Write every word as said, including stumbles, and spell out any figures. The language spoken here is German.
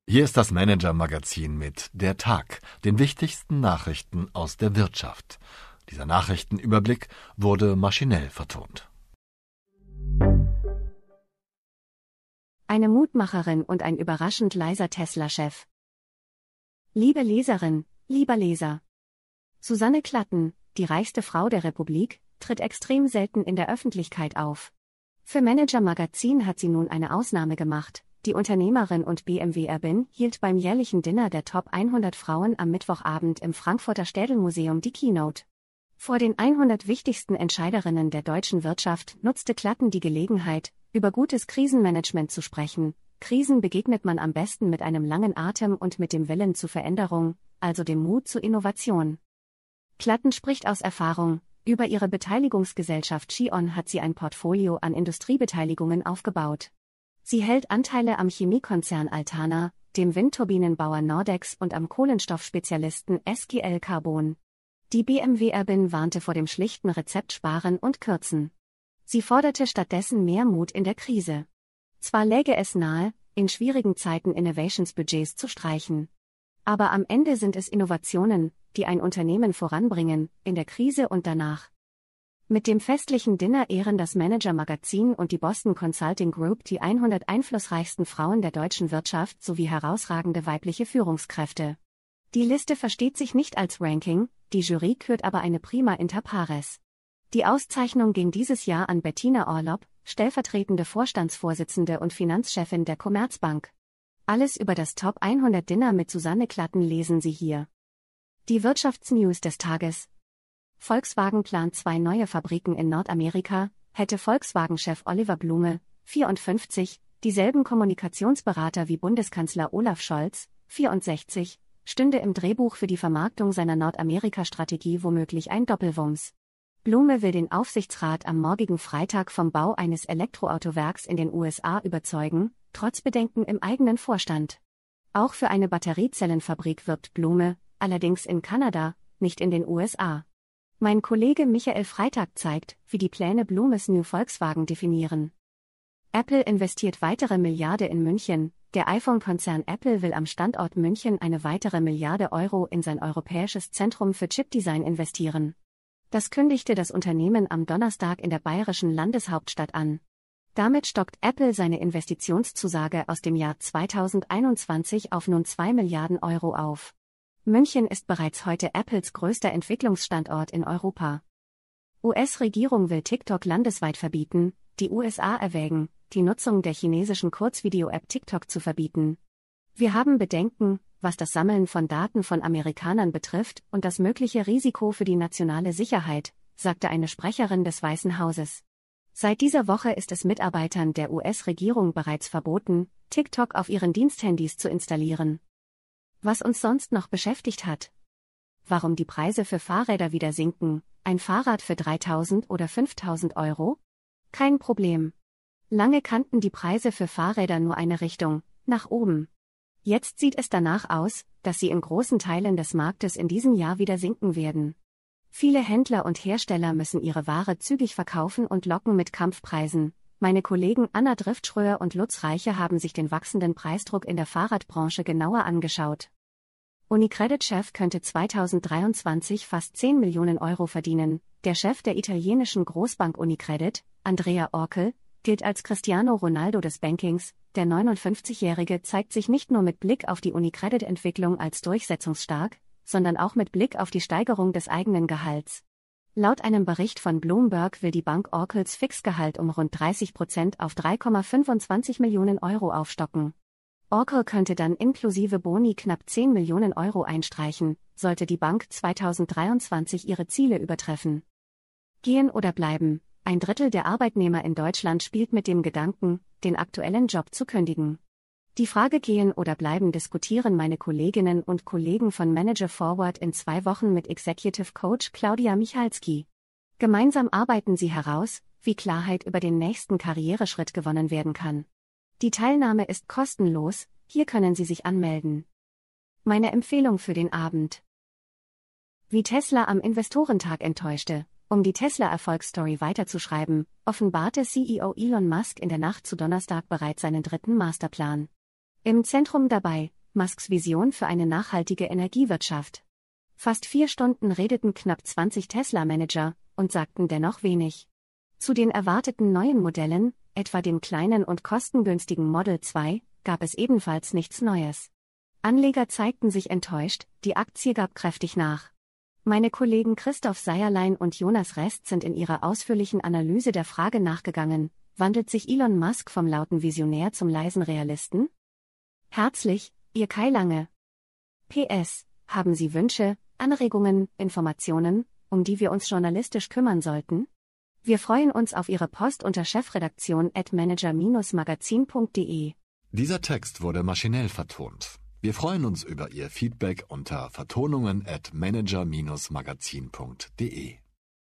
Hier ist das Manager-Magazin mit Der Tag, den wichtigsten Nachrichten aus der Wirtschaft. Dieser Nachrichtenüberblick wurde maschinell vertont. Eine Mutmacherin und ein überraschend leiser Tesla-Chef. Liebe Leserin, lieber Leser. Susanne Klatten, die reichste Frau der Republik, tritt extrem selten in der Öffentlichkeit auf. Für Manager Magazin hat sie nun eine Ausnahme gemacht. Die Unternehmerin und B M W-Erbin hielt beim jährlichen Dinner der Top hundert Frauen am Mittwochabend im Frankfurter Städelmuseum die Keynote. Vor den hundert wichtigsten Entscheiderinnen der deutschen Wirtschaft nutzte Klatten die Gelegenheit, über gutes Krisenmanagement zu sprechen. Krisen begegnet man am besten mit einem langen Atem und mit dem Willen zur Veränderung, also dem Mut zur Innovation. Klatten spricht aus Erfahrung. Über ihre Beteiligungsgesellschaft Chion hat sie ein Portfolio an Industriebeteiligungen aufgebaut. Sie hält Anteile am Chemiekonzern Altana, dem Windturbinenbauer Nordex und am Kohlenstoffspezialisten S G L Carbon. Die B M W-Erbin warnte vor dem schlichten Rezept Sparen und Kürzen. Sie forderte stattdessen mehr Mut in der Krise. Zwar läge es nahe, in schwierigen Zeiten Innovationsbudgets zu streichen. Aber am Ende sind es Innovationen, die ein Unternehmen voranbringen, in der Krise und danach. Mit dem festlichen Dinner ehren das Manager-Magazin und die Boston Consulting Group die hundert einflussreichsten Frauen der deutschen Wirtschaft sowie herausragende weibliche Führungskräfte. Die Liste versteht sich nicht als Ranking, die Jury kürt aber eine Prima inter pares. Die Auszeichnung ging dieses Jahr an Bettina Orlopp, stellvertretende Vorstandsvorsitzende und Finanzchefin der Commerzbank. Alles über das Top hundert Dinner mit Susanne Klatten lesen Sie hier. Die Wirtschaftsnews des Tages. Volkswagen plant zwei neue Fabriken in Nordamerika, hätte Volkswagen-Chef Oliver Blume, vierundfünfzig, dieselben Kommunikationsberater wie Bundeskanzler Olaf Scholz, vierundsechzig, stünde im Drehbuch für die Vermarktung seiner Nordamerika-Strategie womöglich ein Doppelwumms. Blume will den Aufsichtsrat am morgigen Freitag vom Bau eines Elektroautowerks in den U S A überzeugen, trotz Bedenken im eigenen Vorstand. Auch für eine Batteriezellenfabrik wirbt Blume, allerdings in Kanada, nicht in den U S A. Mein Kollege Michael Freitag zeigt, wie die Pläne Blumes New Volkswagen definieren. Apple investiert weitere Milliarde in München. Der iPhone-Konzern Apple will am Standort München eine weitere Milliarde Euro in sein europäisches Zentrum für Chipdesign investieren. Das kündigte das Unternehmen am Donnerstag in der bayerischen Landeshauptstadt an. Damit stockt Apple seine Investitionszusage aus dem Jahr zweitausendeinundzwanzig auf nun zwei Milliarden Euro auf. München ist bereits heute Apples größter Entwicklungsstandort in Europa. U S-Regierung will TikTok landesweit verbieten. Die U S A erwägen, die Nutzung der chinesischen Kurzvideo-App TikTok zu verbieten. Wir haben Bedenken, was das Sammeln von Daten von Amerikanern betrifft und das mögliche Risiko für die nationale Sicherheit, sagte eine Sprecherin des Weißen Hauses. Seit dieser Woche ist es Mitarbeitern der U S-Regierung bereits verboten, TikTok auf ihren Diensthandys zu installieren. Was uns sonst noch beschäftigt hat. Warum die Preise für Fahrräder wieder sinken, ein Fahrrad für dreitausend oder fünftausend Euro? Kein Problem. Lange kannten die Preise für Fahrräder nur eine Richtung, nach oben. Jetzt sieht es danach aus, dass sie in großen Teilen des Marktes in diesem Jahr wieder sinken werden. Viele Händler und Hersteller müssen ihre Ware zügig verkaufen und locken mit Kampfpreisen. Meine Kollegen Anna Driftschröer und Lutz Reiche haben sich den wachsenden Preisdruck in der Fahrradbranche genauer angeschaut. Unicredit-Chef könnte zweitausenddreiundzwanzig fast zehn Millionen Euro verdienen. Der Chef der italienischen Großbank Unicredit, Andrea Orcel, gilt als Cristiano Ronaldo des Bankings. Der neunundfünfzigjährige zeigt sich nicht nur mit Blick auf die Unicredit-Entwicklung als durchsetzungsstark, sondern auch mit Blick auf die Steigerung des eigenen Gehalts. Laut einem Bericht von Bloomberg will die Bank Orcels Fixgehalt um rund dreißig Prozent auf drei Komma fünfundzwanzig Millionen Euro aufstocken. Orcel könnte dann inklusive Boni knapp zehn Millionen Euro einstreichen, sollte die Bank zweitausenddreiundzwanzig ihre Ziele übertreffen. Gehen oder bleiben? Ein Drittel der Arbeitnehmer in Deutschland spielt mit dem Gedanken, den aktuellen Job zu kündigen. Die Frage Gehen oder Bleiben diskutieren meine Kolleginnen und Kollegen von Manager Forward in zwei Wochen mit Executive Coach Claudia Michalski. Gemeinsam arbeiten sie heraus, wie Klarheit über den nächsten Karriereschritt gewonnen werden kann. Die Teilnahme ist kostenlos, hier können Sie sich anmelden. Meine Empfehlung für den Abend. Wie Tesla am Investorentag enttäuschte. Um die Tesla-Erfolgsstory weiterzuschreiben, offenbarte C E O Elon Musk in der Nacht zu Donnerstag bereits seinen dritten Masterplan. Im Zentrum dabei, Musks Vision für eine nachhaltige Energiewirtschaft. Fast vier Stunden redeten knapp zwanzig Tesla-Manager und sagten dennoch wenig. Zu den erwarteten neuen Modellen, etwa dem kleinen und kostengünstigen Model zwei, gab es ebenfalls nichts Neues. Anleger zeigten sich enttäuscht, die Aktie gab kräftig nach. Meine Kollegen Christoph Seierlein und Jonas Rest sind in ihrer ausführlichen Analyse der Frage nachgegangen: Wandelt sich Elon Musk vom lauten Visionär zum leisen Realisten? Herzlich, Ihr Kai Lange. P S. Haben Sie Wünsche, Anregungen, Informationen, um die wir uns journalistisch kümmern sollten? Wir freuen uns auf Ihre Post unter chefredaktion at manager Bindestrich magazin punkt de. Dieser Text wurde maschinell vertont. Wir freuen uns über Ihr Feedback unter vertonungen at manager Bindestrich magazin punkt de.